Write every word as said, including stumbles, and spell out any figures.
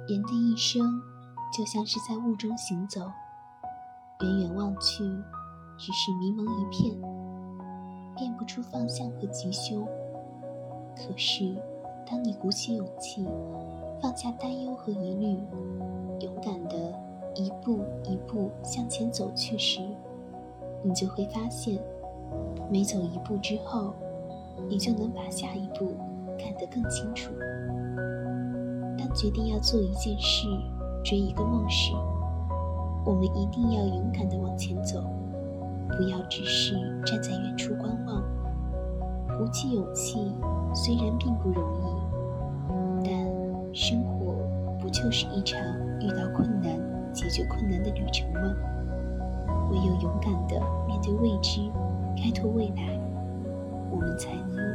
人的一生就像是在雾中行走，远远望去只是迷蒙一片，辨不出方向和吉凶。可是当你鼓起勇气，放下担忧和疑虑，勇敢地一步一步向前走去时，你就会发现，每走一步之后，你就能把下一步看得更清楚。当决定要做一件事，追一个梦时，我们一定要勇敢地往前走，不要只是站在远处观望。鼓起勇气虽然并不容易，但生活不就是一场遇到困难解决困难的旅程吗？唯有勇敢地面对未知，开拓未来，我们才能